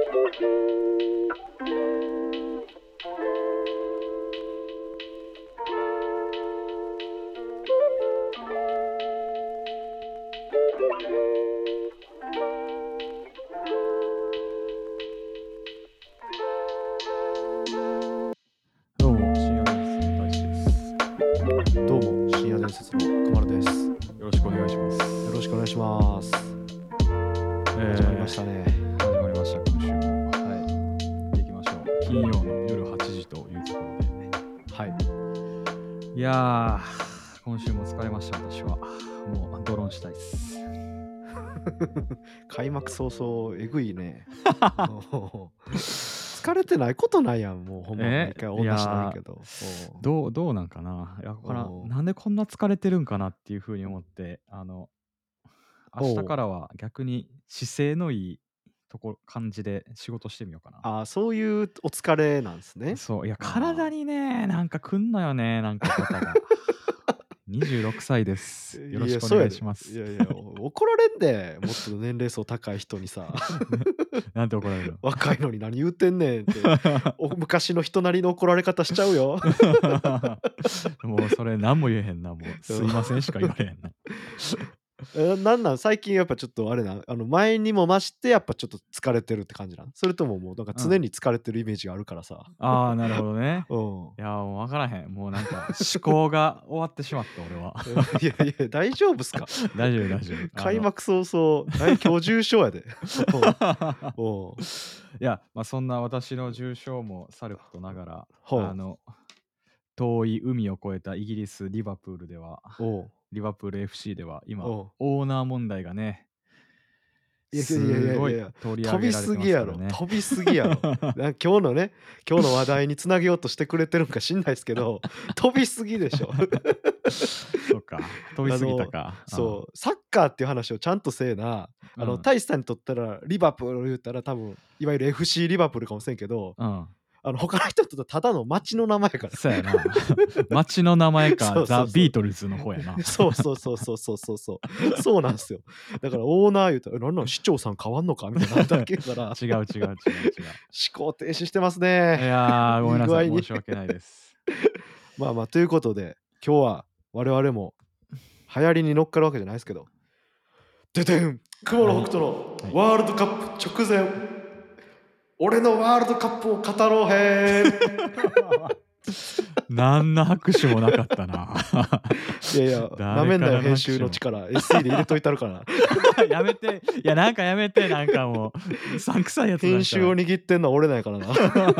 どうも、深夜伝説の大志です。 どうも、深夜伝説のくまるです。 よろしくお願いします。 よろしくお願いします。始まりましたね。 始まりました、今週も。 は行きましょう。金曜の夜8時というところで。 はい。 いやー、今週も疲れました、私は。もう、ドローンしたいです。 開幕早々、えぐいね。もう疲れてないことないやん、もうほんま毎回同じなんやけど。 どうなんかな。いや、なんでこんな疲れてるんかなっていうふうに思って、明日からは逆に姿勢のいい感じで仕事してみようかな。 ああ、そういうお疲れなんですね。 そう、いや、体にね、なんかくんのよね、なんか肩が。26歳です。よろしくお願いします。 いやいや、怒られんで、もっと年齢層高い人にさ。 なんて怒られるの？ 若いのに何言うてんねんって、昔の人なりの怒られ方しちゃうよ。 もうそれ何も言えへんな、もう。すいませんしか言われへんな。 なんなん最近やっぱちょっとあれな、前にも増してやっぱちょっと疲れてるって感じなん？それとももうなんか常に疲れてるイメージがあるからさ。 ああ、なるほどね。 うん。 いや、もう分からへん。もうなんか思考が終わってしまった、俺は。 いやいや、大丈夫っすか？ 大丈夫大丈夫。 開幕早々、今日重症やで。おう。 いや、そんな私の重症もさることながら、 ほう。 遠い海を越えたイギリス・リバプールでは、 おう。 リバプール FC では今、 おう。 オーナー問題がね、 いやいやいすごいやいや、 取り上飛びげられてすぎやろ、 ますからね。 飛びすぎやろ。今日の話題につなげようとしてくれてるんか知んないですけど、飛びすぎでしょ。 そっか、飛びすぎたか。 そう、サッカーっていう話をちゃんとせえな、大志さんにとったらリバプール言ったら多分いわゆる FC リバプールかもしれんけど、 うん。 他の人にとったらただの町の名前やから。 そうやな。町の名前か、 そうそうそうザ・ビートルズの方やな。 そうそうそうそうそうそうそう。そうなんすよ。だからオーナー言うたら、なんなん市長さん変わんのかみたいになるだけやから、 違う違う違う違う。 思考停止してますいね。 やー、ごめんなさい。 いい具合に。 申し訳ないです。 まあまあ、ということで、今日は我々も流行りに乗っかるわけじゃないですけど、ででん雲の北斗のワールドカップ直前、俺のワールドカップを語ろうへー。 何の拍手もなかったな。 いやいや、なめんなよ編集の力、SE で入れといたるから。 やめて。いや、なんかやめて。なんかもう、うさんくさいやつなんか。 編集を握ってんのは俺なんやからな。う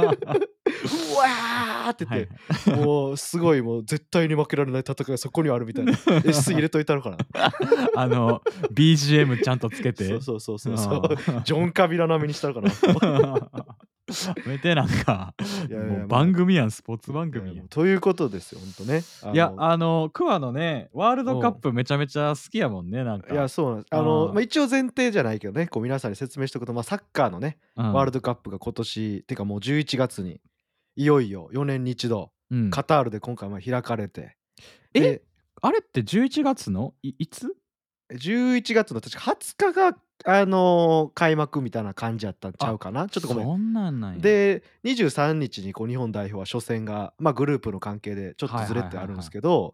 わーって言って、もうすごいもう絶対に負けられない戦いがそこにはあるみたいな。SE 入れといたるから。 BGM ちゃんとつけて。 そう。ジョン・カビラ並みにしたるから。 やめて、なんか。 いやいやもう番組やん、スポーツ番組やん。 ということですよ、ほんとね。 いや、クワのね、ワールドカップめちゃめちゃ好きやもんね、なんか。 いや、そうなんです。一応前提じゃないけどね、こう皆さんに説明しておくと、サッカーのね、ワールドカップが今年、てかもう11月に、いよいよ4年に一度、カタールで今回開かれて。 あれって11月のいつ ？11月の確か20日が、開幕みたいな感じやったんちゃうかな。ちょっとごめん。 そんなんなんや。 で、23日にこう日本代表は初戦が、グループの関係でちょっとずれてあるんですけど、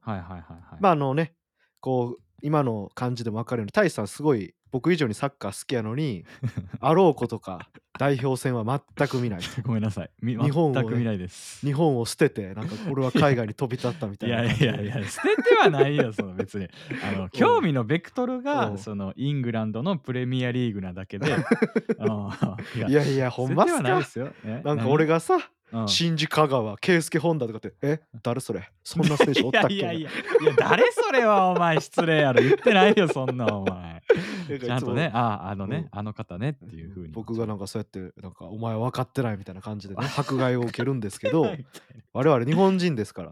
こう今の感じでも分かるように、タイさんすごい僕以上にサッカー好きやのに、あろうことか代表戦は全く見ない。 ごめんなさい。全く見ないです。 日本を捨てて、なんかこれは海外に飛び立ったみたいな感じで。 いや、捨ててはないよ、その別に。興味のベクトルが、そのイングランドのプレミアリーグなだけで。 いやいや、ほんまっすか？なんか俺がさ、新次香川、圭佑本田とかって、誰それ？そんな選手おったっけ？ いや、誰それはお前失礼やろ。言ってないよ、そんなお前。ちゃんとね、あの方ねっていう風に。 僕がなんかそうやって、なんかお前分かってないみたいな感じでね、迫害を受けるんですけど、我々日本人ですから。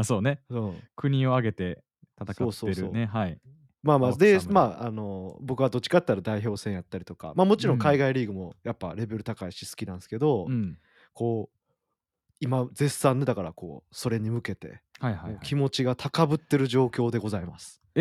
そうね。国を挙げて戦ってるね。はい。 僕はどっちかって言ったら代表戦やったりとか、もちろん海外リーグもやっぱレベル高いし好きなんですけど、こう今絶賛でだからこうそれに向けて気持ちが高ぶってる状況でございます。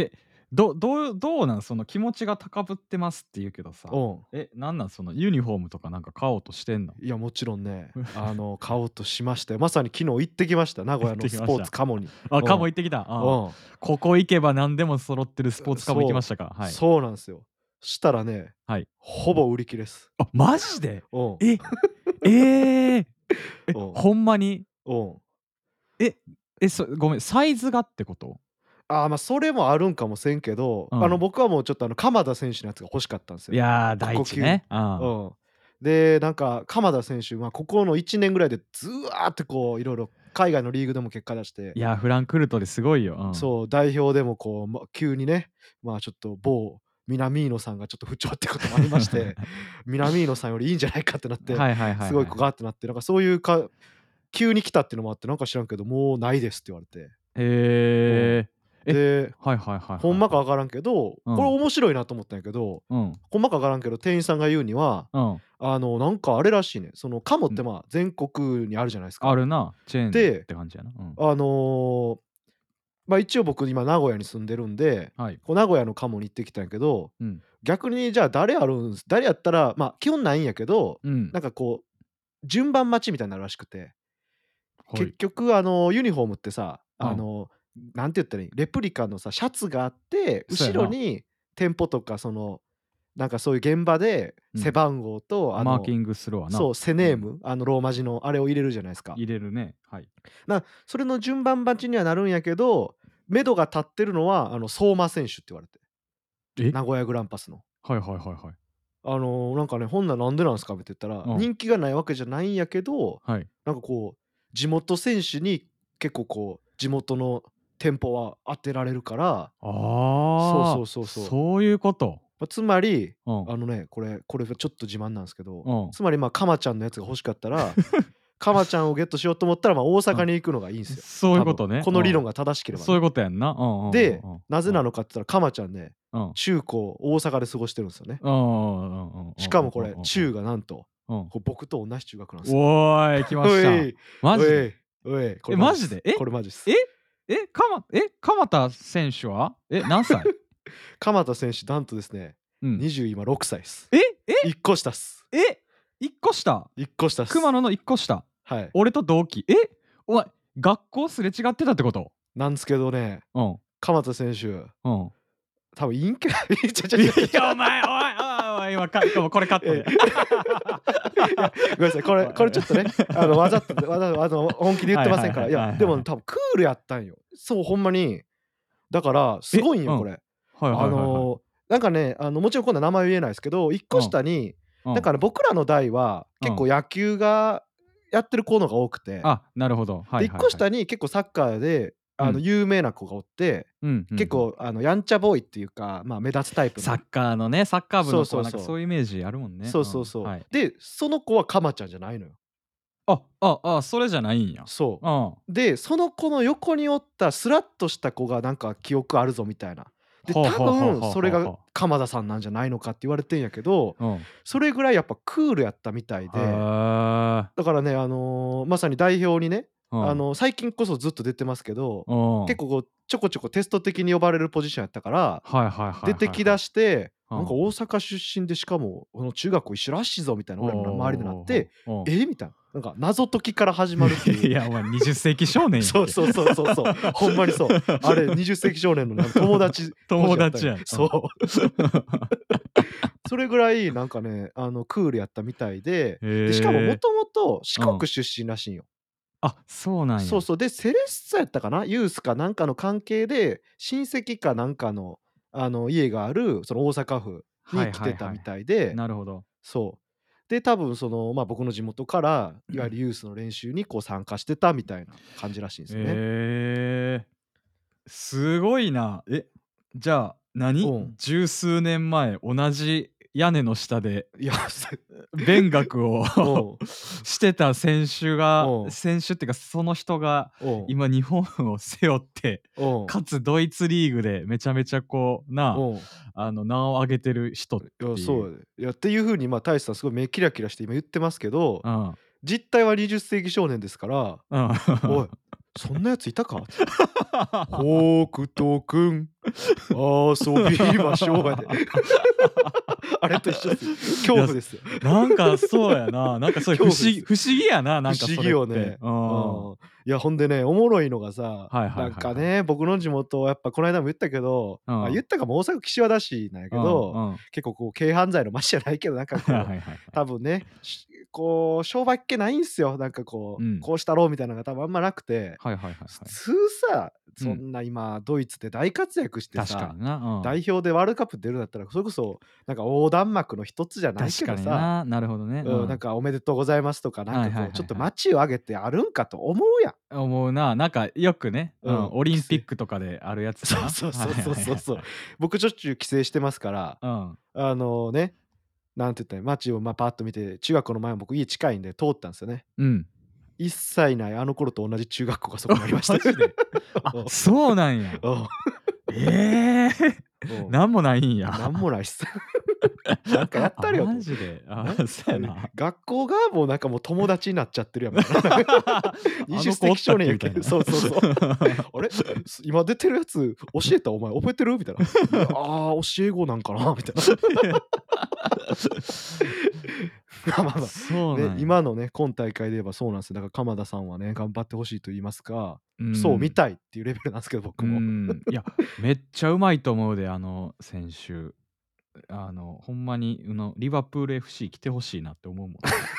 どうなん、その気持ちが高ぶってますって言うけどさ、 うん。 なんなん、そのユニフォームとかなんか買おうとしてんの？ いや、もちろんね、買おうとしましたよ。まさに昨日行ってきました。名古行っ屋のスポーツてきました。 カモに。 あ、カモうん。 行ってきた。 うん。 ここ行けば何でも揃ってるスポーツカモ行きましたか？はい。 そうなんすよ。したらね、 はい。 ほぼ売り切れっす。 あ、マジで？ うん。 え、ええ！ うん。 ほんまに？ うん。 え、ごめん、サイズがってこと？ それもあるんかもせんけど、 うん。 僕はもうちょっと鎌田選手のやつが欲しかったんすよ。 いや、 こ第こ急に。 一ね。うん。 うん。で、なんか鎌田選手、ここの1年ぐらいでずわってこういろいろ海外のリーグでも結果出して、 いや、フランクフルトですごいよ。うん。 そう、代表でもこう、急にね、ちょっと某南野さんがちょっと不調ってこともありまして、南野さんよりいいんじゃないかってなって、 はいはいはいすごいはいはい。 ガーってなって、なんかそういう急に来たっていうのもあって、なんか知らんけど、もうないですって言われて。うん。 へえ。 で、 はいはいはいほはいはい。 んまか分からんけど、これうん、 面白いなと思ったんやけど、 うん、 ほんまか分からんけど、店員さんが言うには、 うん、 なんかあれらしいね、その鴨っうん。 て全国にあるじゃないですか。 あるな、チェーンっで、 て感じやな。うん。 あの、一応僕今名古屋に住んでるんで、 はい。 こう名古屋の鴨に行ってきたんやけど、 うん、 逆にじゃあ誰やったら、基本ないんやけど、 うん。 なんかこう、順番待ちみたいになるらしくて、 はい。 結局ユニフォームってさ、 うん。 なんて言ったらいい、レプリカのさ、シャツがあって、 そうやな。 後ろに店舗とかなんかそういう現場でうん。 背番号とマーキングするわな。 そう、背うん。 ネーム、ローマ字のあれを入れるじゃないですか。 入れるね。はい。 それの順番待ちにはなるんやけど、目処が立ってるのは相馬選手って言われて。 え？ 名古屋グランパスの。 はいはいはいはい。 なんかね、「ほんなんなんでなんすか？」って言ったら、 うん。 人気がないわけじゃないんやけど、 はい。 なんかこう、地元選手に結構こう、地元の店舗は当てられるから、そうああ、 そうそうそう。 そういうこと。 つまり、 うん、 これがちょっと自慢なんすけど、 うん。 つまり、カマちゃんのやつが欲しかったら、カマちゃんをゲットしようと思ったら、大阪に行くのがいいんすよ、 そういう多分。 ことね。 この理論が正しけうん。 ればね。 そういうことやんな。うんうんうんで、 うん。 なぜうん。 なのかって言ったら、カマちゃんね、 うん。 中高大阪で過ごしてるんすよね。 うんうんうんうんうんしかもこれ、 うんうん中がなんと、 うん。 僕と同じ中学なんすよ。 おーい、来ました。 おい、おマジで？ い、おい、これマジっす。 マジで？ これマジっえ？ す。 鎌田選手は？何歳？ 鎌田選手、なんとですね、 うん。 今6歳っす。 え？え？ 1個下っす。 え？1個下？ 1個下っす。 熊野の1個下。 はい。 俺と同期。お前、学校すれ違ってたってこと？ なんですけどね、 うん、 鎌田選手、 うん。 多分陰キャちゃちゃいちゃちゃちゃ。 や、お前、おい、今これカットで。 いや、ごめんなさい、こおい、 れこれちょっとね、わざと本気で言ってませんから。いや、でも多分クールやったんよ。そう、ほんまに。だから、すごいんよ、こうん。 れ。 はいはいはいはい。 なんかね、もちろん今度は名前は言えないですけど、1個うん、 下に、 うん、 なんか僕らの代は、結構うん。 野球がやってる子のが多くて、 あ、なるほど。はで、1個いはいはい。 下に結構サッカーで、 うん。 有名な子がおって、 うん、うんうん。 結構やんちゃボーイっていうか、目立つタイプの。 サッカーのね、サッカー部そうの子はなんかそうそう。 そういうイメージあるもんね。 そううん、 そうそう。 はい。 で、その子はカマちゃんじゃないのよ。 それじゃないんや。 そうん。 う。で、その子の横におったスラッとした子がなんか記憶あるぞみたいな。で、 はあ多はあはあはあ分それがはあは鎌田さんなんじゃないのかって言われてんやけど、 あ。うん。 それぐらいやっぱクールやったみたいへで、 え。 だからね、まさに代表にね、 うん。 最近こそずっと出てますけど、 うん。 結構こうちょこちょこテスト的に呼ばれるポジションやったから、 はいはいはい出てきだはいはい。 して、 うん。 なんか大阪出身でしかも、この中学校一緒らしいぞみたいなおお俺らの周りでなって、 おおおお。 みたいな。なんか謎解きから始まるっていう。 いや、お前20世紀少年やんけ。 そうそうそうそうそう。ほんまにそう。あれ、20世紀少年の友達ポジやったんよ。 友達やん。うん。 そう。それぐらいなんかね、クールやったみたいで、で、しかももへえ。 ともと四うん。 国出身らしいんよ。 あ、そうなんや。 そうそう。で、セレッサやったかな、ユースかなんかの関係で、親戚かなんかの、家がある、その大阪府はいに来てたみはいはい。 たいで、 なるほど。 そう。で、多分僕の地元から、いわゆるユースの練習にこう参加してたみたいな感じらしいんですよね。 ええ。すごいな。じゃあ、 うん。 十数年前、同じ屋根の下でいや、 勉学をうん、 してたうん、 選手っていうか、その人がうん、 今日本を背負って、 うん、 かつドイツリーグでめちゃめちゃこう、 うん。 名を上げてる人っいや、 ていう。 そうやで。いや、っていう風に、大志さんすごい目キラキラして今言ってますけど、 うん。 実態は20世紀少年ですから、 うん。 おい、 そんなやついたかつって。北斗くん、遊びましょうやで。あれと一緒っすよ。恐いや、 怖ですよ。 なんかそうやな。なんかそういう恐怖ですよ。 不思議やな、な不思んかそれって。 議よね。 うん。 うん。いや、ほんでね、おもろいのがさ、 はいはないはいはい。 んかね、僕の地元やっぱこの間も言ったけど、 うん。 言ったかも大阪岸和田市なんやうん、 けど、 うん。 結構こう軽犯罪の街じゃないけど、なんかはいはこう、 いはいはい。 多分ね、こう商売っ気ないんすよ。なんかこう、 うん。 こうしたろうみたいなのが多分あんまなくて、 はいはいはいはい。 普通さ、そうん。 んな今ドイツで大活躍してさ、 確かにな、うん。 代表でワールドカップ出るんだったら、それこそなんか横断幕の一つじゃない確けどさ、 かにな、なるほどね。うなんん。 かおめでとうございますとか、なんはいはかこうちょっといはいはい。 街を挙げてあるんかと思うやん。 思うな。なんかよくね、うん、オリンピックとかであるやつかそうな。はいそうそうそうそうそう。 はいはいはい。 僕しょっちゅう帰省してますから、 うん。 ね、なんて言ったらいい、街をパッと見て、中学校の前も僕家近いんで通ったんですよね。 うん。 一切ないあの頃と同じ中学校がそこにありました。 マジで？あ、 うんそうなんや。 うんええ。 うんなんもないんや。 なんもないっす。なんかやっあ、 たれよと思って。 マジで。あ、 ね、 そうやな。 学校がもうなんかもう友達になっちゃってるやんみたいな。二あ十世紀の子おったっ少年やけど、 けみたいな。 そうそうそう。あれ今出てるやつ教えたお前覚えてるみたいな。いや、教え子なんかなみたいな。まあまあまあ。ね、 そうなんや。 今のね、今大会で言えばそうなんですよ。だから鎌田さんはね、頑張ってほしいと言いますか、 うそう見ん。 たいっていうレベルなんですけど、 う僕も。 ん。いや、めっちゃうまいと思うで、あの選手。ほんまに、リバプール FC 来てほしいなって思うもんな。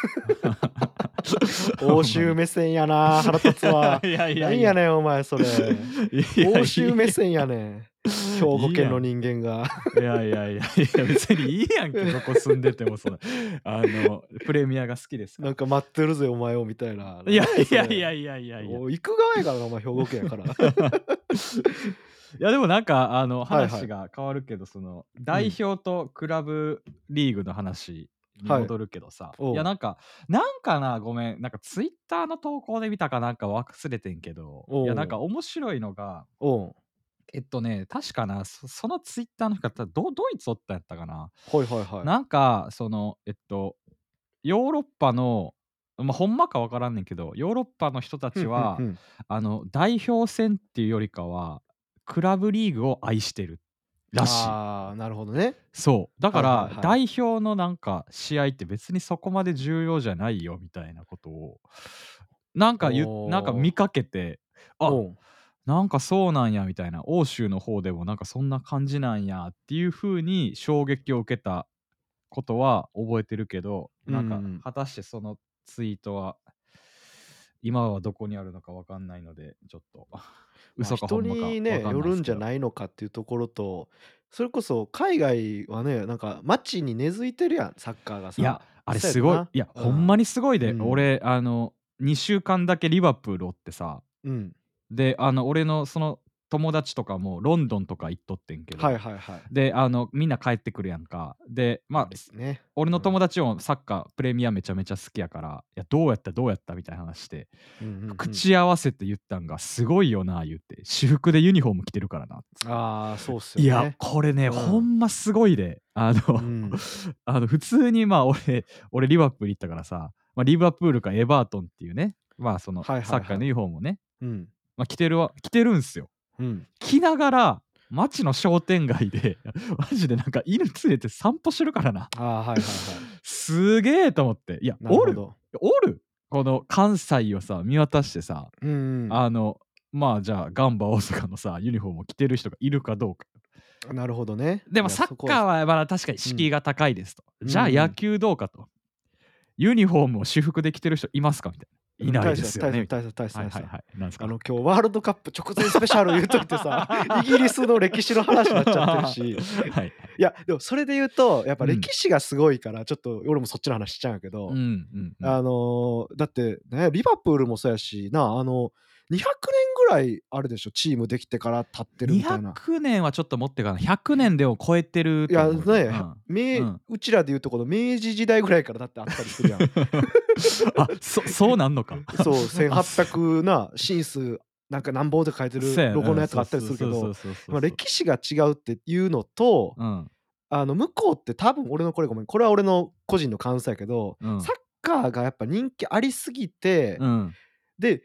欧ほんまに。 州目線やな、腹立つわ。 いやいやいや。 なんやねん、お前それ。 いや、 欧いいやん。 州目線やねん。兵庫県のいいやん。 人間が。 いやいやいやいや、別にいいやんけ、どこ住んでても、プレミアが好きですから。 なんか待ってるぜ、お前をみたいな。 いやなんやそれ。 いやいやいやいやいや。 行く側やからな、お前兵庫県やから。 いや、でもなんか、 はいはい。 話が変わるけど、代うん。 表とクラブリーグの話にはい。 戻るけどさ、いや、 おう。 なんかな、ごめん、なんかツイッターの投稿で見たかなんか忘れてんけど、いや、なんおう。 か面白いのが、 おう。 確かな、そのツイッターの方、ドイツおったんやったかな。 はいはいはい。 なんか、ヨーロッパの、ま、ほんまか分からんねんけど、ヨーロッパの人たふんふんふちは、 ん。 代表戦っていうよりかは、クラブリーグを愛してるらしい。 ああ、なるほどね。 そう。だかはいはいら、 はい。 代表のなんか試合って別にそこまで重要じゃないよみたいなことを、 おなんか見お。 かけて、あ、 おう。 なんかそうなんやみたいな、欧州の方でもなんかそんな感じなんやっていう風に衝撃を受けたことは覚えてるけど、 うんうんうなんかん。 果たしてそのツイートは、今はどこにあるのかわかんないので、ちょっと嘘かほ人んまかにね、 わかんよないすけど。 るんじゃないのかっていうところと、それこそ海外はね、なんか街に根付いてるやん、サッカーがいや、 さ。 あれすごい。 そうやとな。 いや、ほんうん。 まにすごいで。 うん。 俺、2週間だけリバプールおってさ、 うん。 で、俺のその友達とかもロンドンとか行っとってんけはいど、 はいはい。 で、みんな帰ってくるやんか。で、まあ、 ね。 俺のうん。 友達もサッカー、プレミアめちゃめちゃ好きやから、いや、どうやったみたいな話して、 うんうんうん。 口合わせて言ったんが、すごいよな言って、私服でユニフォーム着てるからなっつって。 ああ、そうっすいや、 よね。 これね、 うん。 ほんますごいで。 うん。 普通に、まあ、俺リバプール行ったからさ、まあ、リバプールかエバートンっていうね、まあ、そのはいはいはい。 サッカーのユニフォームをね、 うん。 まあ、着てるんすよ。 うん。 着ながら、街の商店街で、マジでなんか犬連れて散歩してるからな。 ああ、はいはいはい。 すげえと思って。いや、 なるほど。 おるこの関西をさ、見渡してさ、 うんうん。 あの、まあ、じゃあ、ガンバ大阪のさ、ユニフォームを着てる人がいるかどうか。 なるほどね。 でもいや、 サッカーそこははまだ確かにうん。 敷居が高いですと。 うんじゃあ野うん。 球どうかと。ユニフォームを私服で着てる人いますかみたいな。いない大ですよねみたい佐大佐。 な。はいはいはい。なんすか？ 今日ワールドカップ直前スペシャル言うといてさ、イギリスの歴史の話になっちゃってるし、 はいはい。 いや、でもそれで言うと、やっぱうん。 歴史がすごいから、ちょっと俺もそっちの話しちゃうんやけど、 うんうんうん。 だってね、リバプールもそうやし、200年ぐらいあるでしょ、チームできてから経ってるみたいな。 200年はちょっと持ってかな。100年でも超えてるいや、 と思うで。 ね、 うん。うん。 うちらで言うとこの明治時代ぐらいからだってあったりするやん。 あ、そうなんのか。 そう、 あ、 1800なシンスなんか何本って書いてるロゴのうん、 やつがあったりするけど、 そう。 歴史が違うっていうのと、 うん、 向こうって多分俺のこれごめん、これは俺の個人の感想やけど、 うん、 サッカーがやっぱ人気ありすぎて、 うん。 で、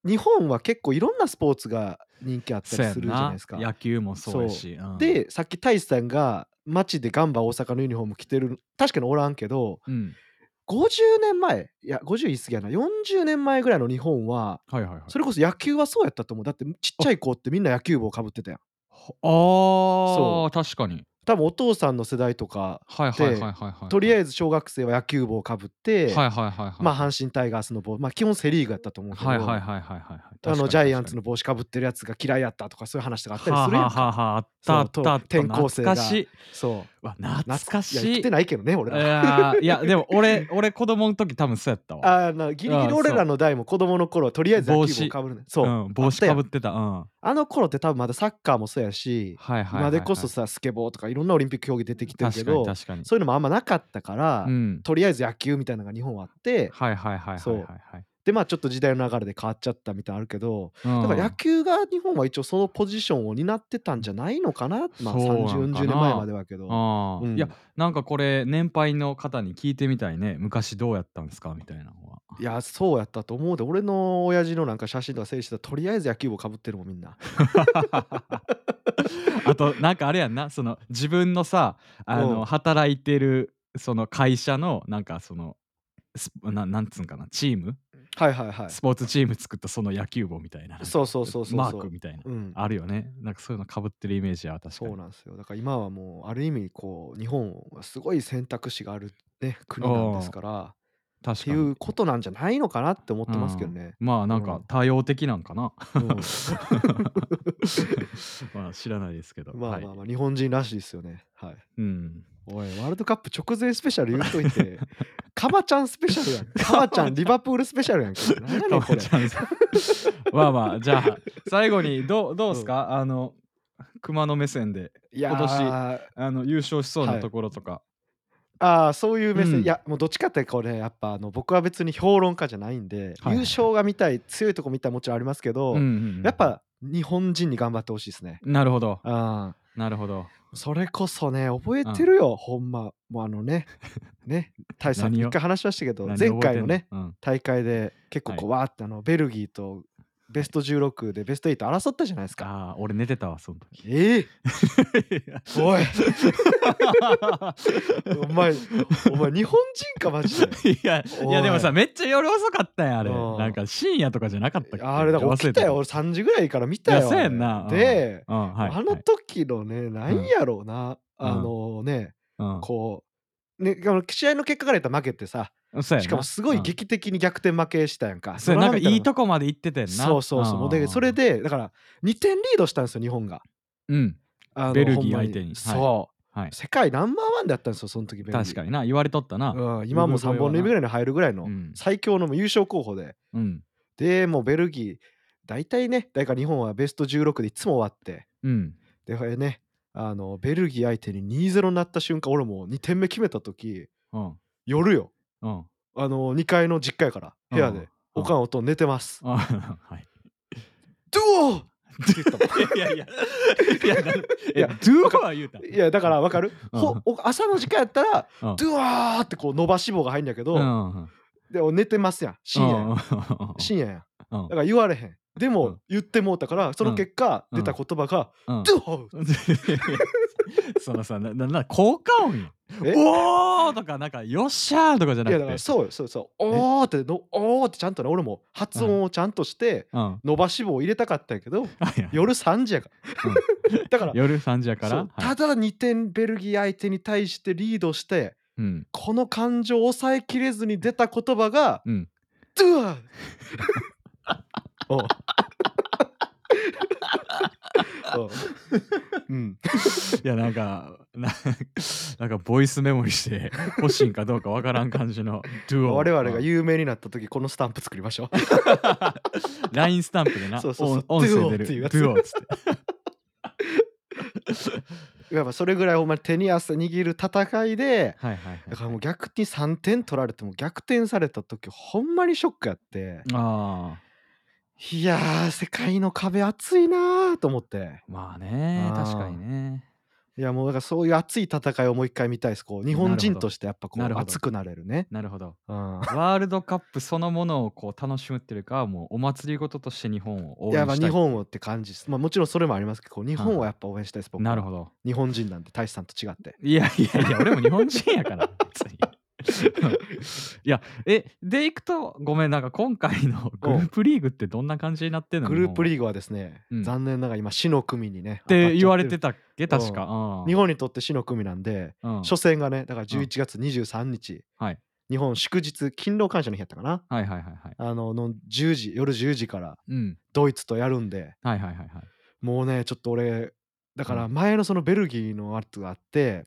日本は結構いろんなスポーツが人気あったそうやんりするじゃないでな。 すか。 野球もそうやそし。 う。で、さっき太一さんが街でガンバ大阪のユニフォーム着てる、確かにおらんけど、 うん。 50年前、いや、50言い過ぎやな、40年前ぐらいの日本は、 はいはいはい。 それこそ野球はそうやったと思う。だってちっちゃい子ってみんな野球帽かぶってたやん。 ああ、 そう。 確かに。 多分お父さんの世代とかはいはいはいで、 はいはいはい。 とりあえず小学生は野球帽をかぶって、 はいはいはいはいまあ、 はい。 阪神タイガースの帽、まあ、基本セリーグやったと思うけはいはいど、 はいはいはいはい。確かジャイアンに確かに。 ツの帽子かぶってるやつが嫌いやったとかそういう話とかあったりはあはあするやんか。 はあはあ、あったあそう、 ったあった、 転懐校生が、 かしい。 そわ、 う、 懐かいや、生しい。 きてないけどね、俺らは。 いや、でも俺子供ん時多分そうやったわ。 ギリギリうん、 俺らその代も子供の頃はとりあえう。 ず野帽子。 球帽かぶるね。そう、 うん、帽子あったやん。 かぶってた。うん。 あの頃って多分まだサッカーもそうやし、 はいはい今ではいはい。 こそさ、スケボーとかいろんなオリンピック競技出てきてるけ確かにど、 確かに。 そういうのもあんまなかったから、 うん。 とりあえず野球みたいなのが日本はあって、 はいはいはいはいそう。 はいはい。 で、まあ、ちょっと時代の流れで変わっちゃったみたいなのあるけど、 うだから野ん。 球が日本は一応そのポジションを担ってたんじゃないのかな、まあ、30、 そうなんか 40年前まな。 ではけど。 ああ。いや、 うん。 なんかこれ年配の方に聞いてみたいね。昔どうやったんですかみたいなのは。 いや、そうやったと思うで、俺の親父のなんか写真とか整理したら、とりあえず野球帽かぶってるもん、みんな。 あと、なんかあれやんな、その自分のさ、 うん。 働いてるその会社のなんかその、なんつうんかな、チームはいはいはい。 スポーツチーム作ったその野球帽みたいな、なんか、 そうそうそうそうマーそクみたいな、 う。うん。 あるよね。なんかそういうの被ってるイメージは確かに。 そうなんすよ。だから今はもう、ある意味こう、日本はすごい選択肢があるね、国なんですああ、 から、ってい確かに。 うことなんじゃないのかなって思ってますけどうん。 ね。 まあ、なんかうん。 多様的なんかな。 うん。 まあ、知らないですけど、はい。 まあまあまあ、日本人らしいですよね。はい。 うん。 おい、ワールドカップ直前スペシャル言っといて、カバちゃんスペシャルやん。カバちゃんリバプールスペシャルやんけ。なんやねんこれ。 かまちゃんさん。まあまあ、じゃあ、最後にどううん。 すか？熊の目線で、 い今年、 や、 優勝しそうなとはい。 ころとか。 ああ、そういう目線、いうん。 や、もうどっちかっていうとこれやっぱ僕は別に評論家じゃないんで、優はいはいはい。 勝が見たい、強いとこ見たいもちろんありますけど、 うんうんうんやっぱ日本人に頑張ってほしいですね。 うん。なるほど。 ああ、 なるほど。 それこそね、覚えうん。 てるよ、ほんま。もう大志さんとも何を一回話しましたけど、 何前覚えてんの？ 回のね、 うん。 大会で結構はい。 こうわーってベルギーとベはい。 スト16でベスト8争ったじゃないですか。 ああ、俺寝てたわ、そん時。 ええ！ いや。 おい、お前お前日本人かマジで。 いやでもさ、 おい。 めっちゃ夜遅かったんや、あうれ。なんん。 か深夜とかじゃなかったっけ？ あれだから忘れたけど。 起きたよ、俺3時ぐらいから見いや、 たよ、 そうあれ。 やんな。 で、 うん。うん、はいあのはい。 時のね、なんうん、 やろうな、 うん、うん。 こ試合の結果から言ったら負けてさ、しかもそうやんな。 すごいうん。 劇的に逆転負けしたやんか。ドそうや、なんかいいラマみたいなのが、 とこまで行っててんな。うんうそうそうそう。もうで、そんうんうん。 れで、だから2点リードしたんですよ、日本が。 うん。ベルほんまに。 ギー相手に、はい。 そう。 はい。 世界ナンバーワンだったんですよ、その時ベルギー。 確かにな、言われとったな。 うん、今も3 産声はな。 本の指ぐらいに入るぐらいのうん。 最強のもう優勝候補で。 うん。 で、もうベルギー、大体ね、だから日本はベスト16でいつも終わって、 うん。 で、ね、ベルギー相手に2-0になった瞬間、俺もう2点目決めた時、 うん。 夜よ、 うん。 2階の実家やから、部屋うん。 で、 うん。 おかんおとん寝てます。 あ、はい。 ドゥオーって言ったもん。 いやいや、いや、 いや、 do わかは言うた。 いや、だから分かる？ うん。 朝の時間やったら、 うん。 ドゥワーってこう伸ばし棒が入んやけうど、 ん。 で、寝てますやん。深夜やん。 うん。 深夜やん。だうん。 から言われへん。でうん。 も言ってもうたから、そうん。 の結果、出たうん。 言葉が、 うん。 ドゥオーそのさ、効果音や。 え？ おーとか、なんか、よっしゃーとかじゃいやだからなくて。 そうよ、そうそう。 え、 おーってちゃんとね、俺も発うん。 音をちゃんとして、 うん。 伸ばし棒を入れたかったんやけど、 はいはい。 夜3時やから。 うん。 だから、 夜3時やかそう、 ら、はい。 ただ2点ベルギー相手に対してリードして、 うん。 この感情を抑えきれずに出た言葉が、 うん。 ドゥアーおう、おう、うん。 いや、なんかボイスメモにして欲しいんかどうかわからん感じの我 Duo。 々が有名になった時、このスタンプ作りましょう。 LINE スタンプでな、 そうそうそう、 音声 Duo 出る。 っていうやつ。 Duo っつって。 やっぱそれぐらいほんまに手に汗握る戦いで、 はいはいはいはい。 だからもう逆に3点取られても逆転された時ほんまにショックやって、 ああ、 いや、世界の壁厚いなと思って。 まあね、確かにああ、 ね。 いやもうだからそういう熱い戦いをもう一回見たいです。こう日本人としてやっぱこなるほど。 う熱くなれるね。 なるほど。 うん。 ワールドカップそのものをこう楽しむっていうよりかは、もうお祭りごととして日本を応援いやまあしたいっていう。 日本をって感じです。まあもちろんそれもありますけど、日本はやっぱ応援したいです、僕は。 なるほど。 日本人なんで、大志さんと違って。 いやいやいや、俺も日本人やから、別に。いや、でいくと、ごめん、なんか今回のグループリーグってどんな感じになってんの？ グループーリーグはですね、 うん。 残念ながら今死の組にね、 っ当たっちゃて言われるてたっけ？確か。うん。 日本にとって死の組なんで、 うん。 初戦がね、だからうん。 11月23日、 はい。 日本祝日、勤労感謝の日やったかな。 はいはいはいはい。 10時、夜10時からうん。 ドイツとやるんで、 はいはいはいはい。 もうね、ちょっと俺、だかうん。 ら前のそのベルギーのやつがあって、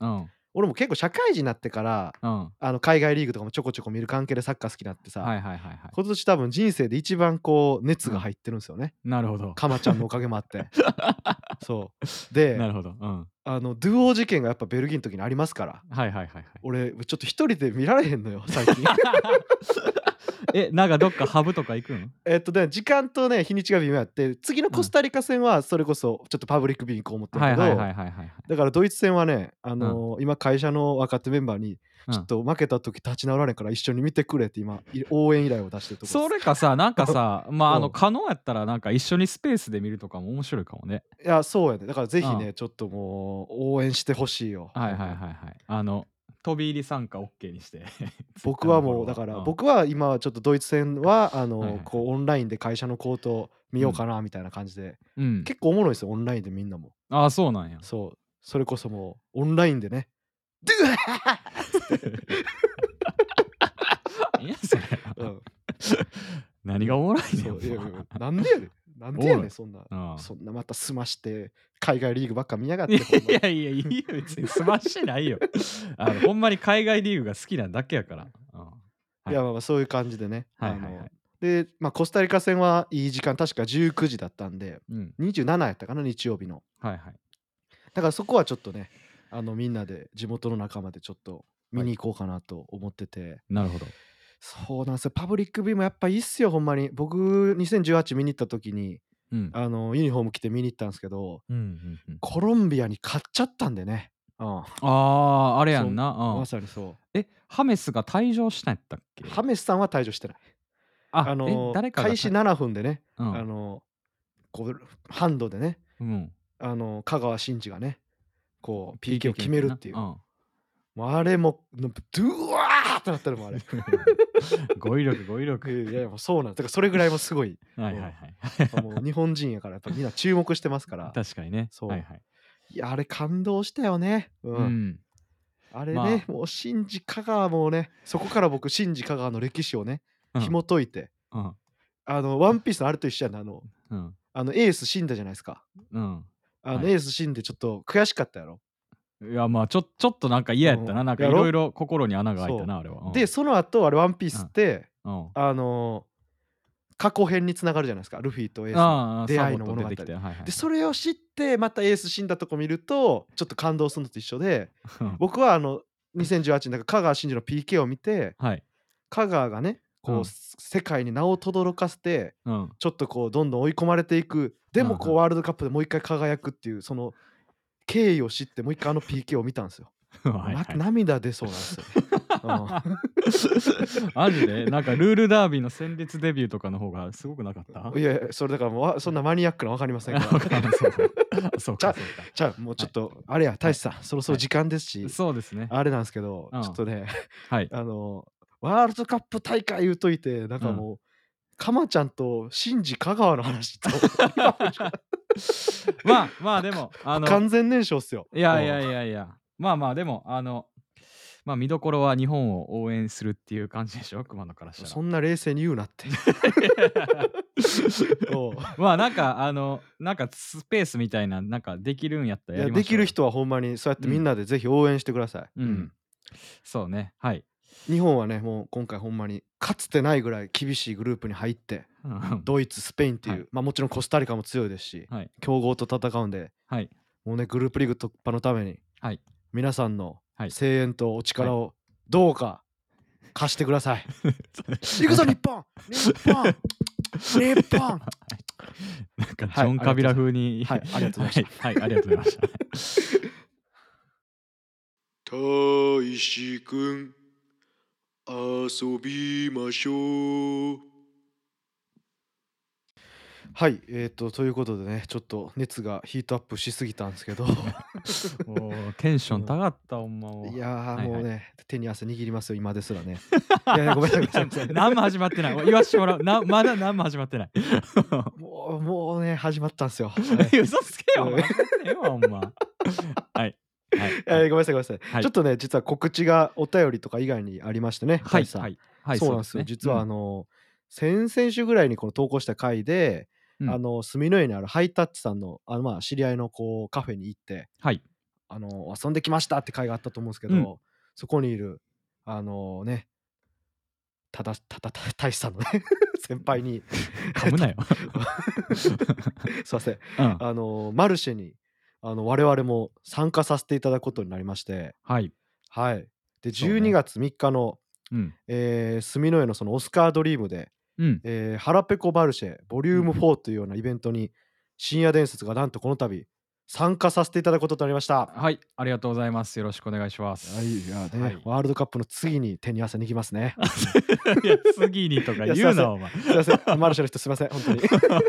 うん。 俺も結構社会人になってから、 うん。 海外リーグとかもちょこちょこ見る関係でサッカー好きになってさ、 はいはいはいはい。 今年多分人生で一番こう熱がうん。 入ってるんすよね。 なるほど。 カマちゃんのおかげもあって。そう。で、 なるほど。うん。 ドゥオ事件がやっぱベルギーの時にありますから、 はいはいはいはい。 俺ちょっと一人で見られへんのよ、最近。 なんかどっかハブとか行くん？ で、時間とね、日にちが微妙やって、次のうん。 コスタリカ戦はそれこそちょっとパブリックビューイング行こう思ってんはいはいはけど、 いはいはいはい。 だからドイツ戦はね、 うん。 今会社の若手メンバーに、 うん。 ちょっと負けた時立ち直られんから一緒に見てくれって今、応援依頼を出してるとこです。 それかさ、なんかさ、 うん。 可能やったらなんか一緒にスペースで見るとかも面白いかもね。 いや、そうやね。だからぜうん。 ひね、ちょっともう応援してほしいよ、 はいはいほんまに。 はいはい。飛び入り参加オッケーにして、ツイッタ僕はーのフォロもうだから、 ワー。うん。 僕は今はちょっとドイツ戦ははいはいはい。 こうオンラインで会社のコート見うん。 ようかなみたいな感じで、 うん。 結構おもろいですよ、オンラインでみんなも。 ああ、そうなんや。 そう、それこそもうオンラインでね、ドゥハっつって、 いや、それ。 うん。 何がおもろいねん、 そう、いやいやいお前。 や、なんでやねん。なんおもろい。 でやねん、そんな。 うん。 そんなまた済まして、海外リーグばっか見やがっいて、ほんま。 やいや、いいよ、別にすましてないよ。ほんまに海外リーグが好きなだけやから。うん。はい。 いや、そういう感じでね、 はいはいはい。 で、コスタリカ戦はいい時間、確か19時だったんで、 うん。 27やったかな、日曜日の。 はいはい。 だからそこはちょっとね、みんなで地元の仲間でちょっと見はい。 に行こうかなと思ってて。 なるほど。 そうなんですよ、パブリックビューもやっぱいいっすよ、ほんまに。僕、2018見に行った時に、 うん。 ユニフォーム着て見に行ったんすけど、 うんうんうん。 コロンビアに勝っちゃったんでね。うん。 ああ、あれやそう、 んな。 まうん。 さにそう。 ハメスが退場したんやったっけ？ ハメスさんは退場してない。 誰かが開始7分でね、 うん。 こう、ハンドでね、 うん。 香川真司がね、こう PK PK を決決めてんな。 めるっていう。 うん。 もうあれも、ドゥワーってなったのもあれ。 語彙力語彙力。 いやいや、もうそうなんだからそれぐらいもすごい、 はいはいはい。 もう日本人やからやっぱみんな注目してますから。 確かにね。はいそう。 はい。 いや、あれ感動したよね。うん。 うん。 あれね、 まもう新次香川もね、そこから僕新次香川の歴史をね、 あ、うん、 紐解いて、 うん、 ワンピースのあれと一緒やな、 うん、 エース死んだじゃないですか。 うん。はい。 エース死んでちょっと悔しかったやろ。 いや、ちょっとなんか嫌やったな。なんかやろ？ いろいろ心に穴が開いたそな、あれは。 う。で、その後、あれワンピーうん、 スって、 うん。 あの、過去編に繋がるじゃないですか、ルフィとエースのああ、 出会いサボの物語で。 と出てきて、はいはいはで、 い。 それを知って、またエース死んだとこ見ると、ちょっと感動するのと一緒で、 うん、 僕は2018年だから香川真司の PK を見て、 はい。 香川がね、こう、 うん、 世界に名を轟かせて、 うん、 ちょっとこうどんどん追い込まれていく、でうん、 もこうワールドカップでもう一回輝くっていう、その経緯を知ってもう一回PK を見たんすよ。 うん。はいはい。 涙出そうなんすよね。うん。 マジで？なんかルールダービーの戦列デビューとかの方がすごくなかった？ いやいや、それだからもう、そんなマニアックな分かりませんが。 そうか。そうじゃかそうか。 じゃあ、もうちはい、 ょっと、あれや、 はい、 大志さん、そろそろはい。 時間ですし、 そうですね。 あれなんすけど、 うん。 ちょっとね、 はい。 あの、ワールドカップ大会言うといて、なんうん。 かもう、かまちゃんとシンジ香川の話と、今もでも、 不完全燃焼っすよ。うん。 いやいやいやいや、でも、見どころは日本を応援するっていう感じでしょ？熊野からしたら。 そんな冷静に言うなって。おう。 なんかスペースみたいな、なんかできるんやったらいや、 やりましょうよ。 できる人はほんまにそうやってうん、 みんなでぜひ応援してください。 うん。 うん。 そうね、はい。 日本はね、もう今回ほんまにかつてないぐらい厳しいグループに入って、 うん。 ドイツ、スペインってはい、 いう、もちろんコスタリカも強いですし、 はい、 強豪と戦うんで、 はい、 もうね、グループリーグ突破のために、 はい、 皆さんのはい、 声援とおはい。 力をどうか貸してください。行くぞなんか日本！日本！日本！ なんかジはい、 ョン・カビラありがとうございます。 風にはい、ありがとうございました。 はい、はい、ありがとうございました。 大志くん遊びましょう。はい、ということでね、ちょっと熱がヒートアップしすぎたんですけど。 もうテンション高かった、ほんまもう。 いやー、 はいはい。 もうね、手に汗握りますよ、今ですらね。いやいや、ごめんなさい、ごめんなさい。 何も始まってない。言わしてもらう。まだ何も始まってない。 もうね、始まったんすよ。はい。 嘘つけよ、お前始まってねえわ、ほんま。はい。はい。 ごめんなさい、ごめんなさい。 はい。 ちょっとね、実は告知がお便りとか以外にありましてね、 はい、 大志さん。 はい。はい、 そうなんですよ。 そうですね。 実は先々週ぐらいにこの投稿した回で、 うん。 住之江にあるハイタッチさんの、知り合いのこうカフェに行って、 はい。 遊んできましたって回があったと思うんですけうん。 ど、そこにいる、ね、大志さんのね、先輩に、 噛むなよ。 すいません。 うん。 マルシェに、我々も参加させていただくことになりまして、 はい。 はい。で、12 そうね。 月3日の、 うん。 住之江のそのオスカードリームで、 うん。 腹ペコマルシェボリュームうん。 4というようなイベントに、深夜伝説がなんとこの度、参加させていただくこととなりました。 はい、ありがとうございます。よろしくお願いしまはい、いやす。はね、 い。 ワールドカップの次に手に汗握りますね。 いや、次にとかいや、すいません。 言うな、お前。 すいません。マルシェの人すいません、本当に。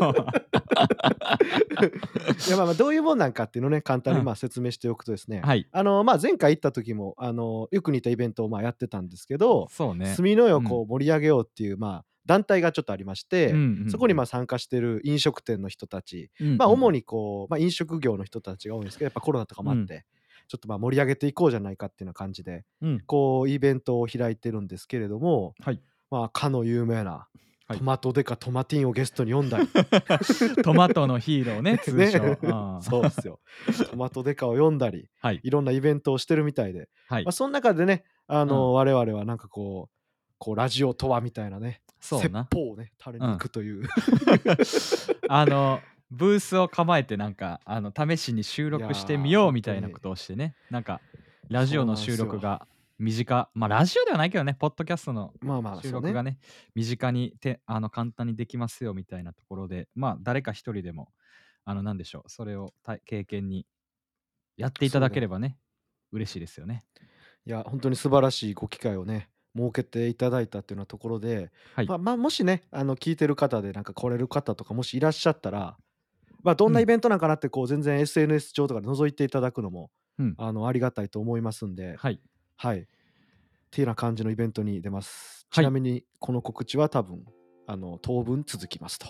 いや、どういうもんなんかっていうのをね、簡単にうん。 説明しておくとですね、 はい。 前回行った時も、よく似たイベントをやってたんですけど、 そうね。 住之江をうん。 こう盛り上げようっていう、団体がちょっとありましうんうんて、そこにうん。 参加してる飲食店の人たち、 うんうんうん。 主にこう、飲食業の人たちが多いんですけど、やっぱコロナとかもうん。 あって、ちょっと盛り上げていこうじゃないかっていうような感じで、 うん。 こうイベントを開いてるんですけれども、 はい。 かの有名なはい。 トマトデカトマティーンをゲストに呼んだり、 トマトのヒーローね、通ね、 称。うん。 そうっすよ。トマトデカを呼んだり、 はい。 いろんなイベントをしてるみたいで、 はい。 そん中でね、 うん。 我々はなんかこうラジオとはみたいなね、説そうな。 法をね、垂れに行うん。 くという。 あの、ブースを構えてなんか、試しに収いや録してみー、 ようほんとに、 みたいなことをしてね、なんか、ラジそうオの収なんすよ。 録がラジオではないけどね、ポッドキャストのそうね。 収録がね、身近に簡単にできますよみたいなところで、誰か一人でも、なんでしょう、それを経験にやっていたそうね。 だければね、嬉しいですよね。 いや、本当に素晴らしいご機会をね、設けていただいたっていうようなところで、 はい。 もしね、聞いてる方でなんか来れる方とかもしいらっしゃったら、どんなイうん、 ベントなんかなってこう全然 SNS 上とかで覗いていただくのも、 うん。 ありがたいと思いますんで、 はい。 はい。っていうような感じのイベントに出ます。ちはい。 なみにこの告知は多分、当分続きますと。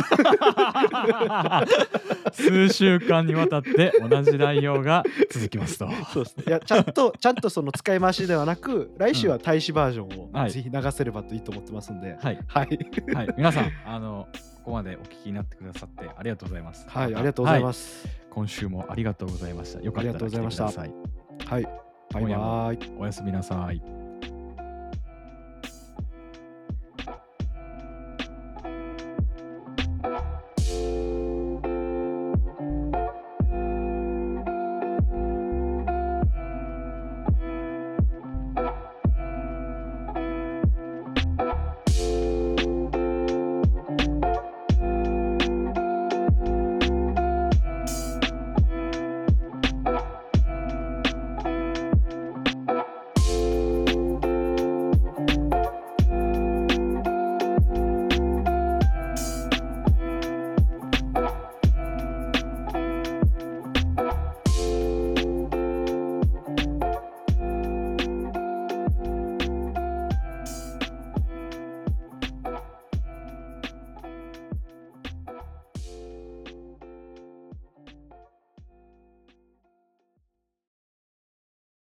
数週間にわたって同じ内容が続きますと。 そうですね。いや、ちゃんとその使い回しではなく、来週うん。 は大使バージョンをはい。 ぜひ流せればといいと思ってますんで、 はい。 はい。 はい。皆さん、ここまでお聞きになってくださってありがとうございます。 はい、ありまた、 がとうござはい。 います。 今週もありがとうございました。よかありがったら来てとうございました。 ください。 はい、バイ今夜もバーイ。 おやすみなさい。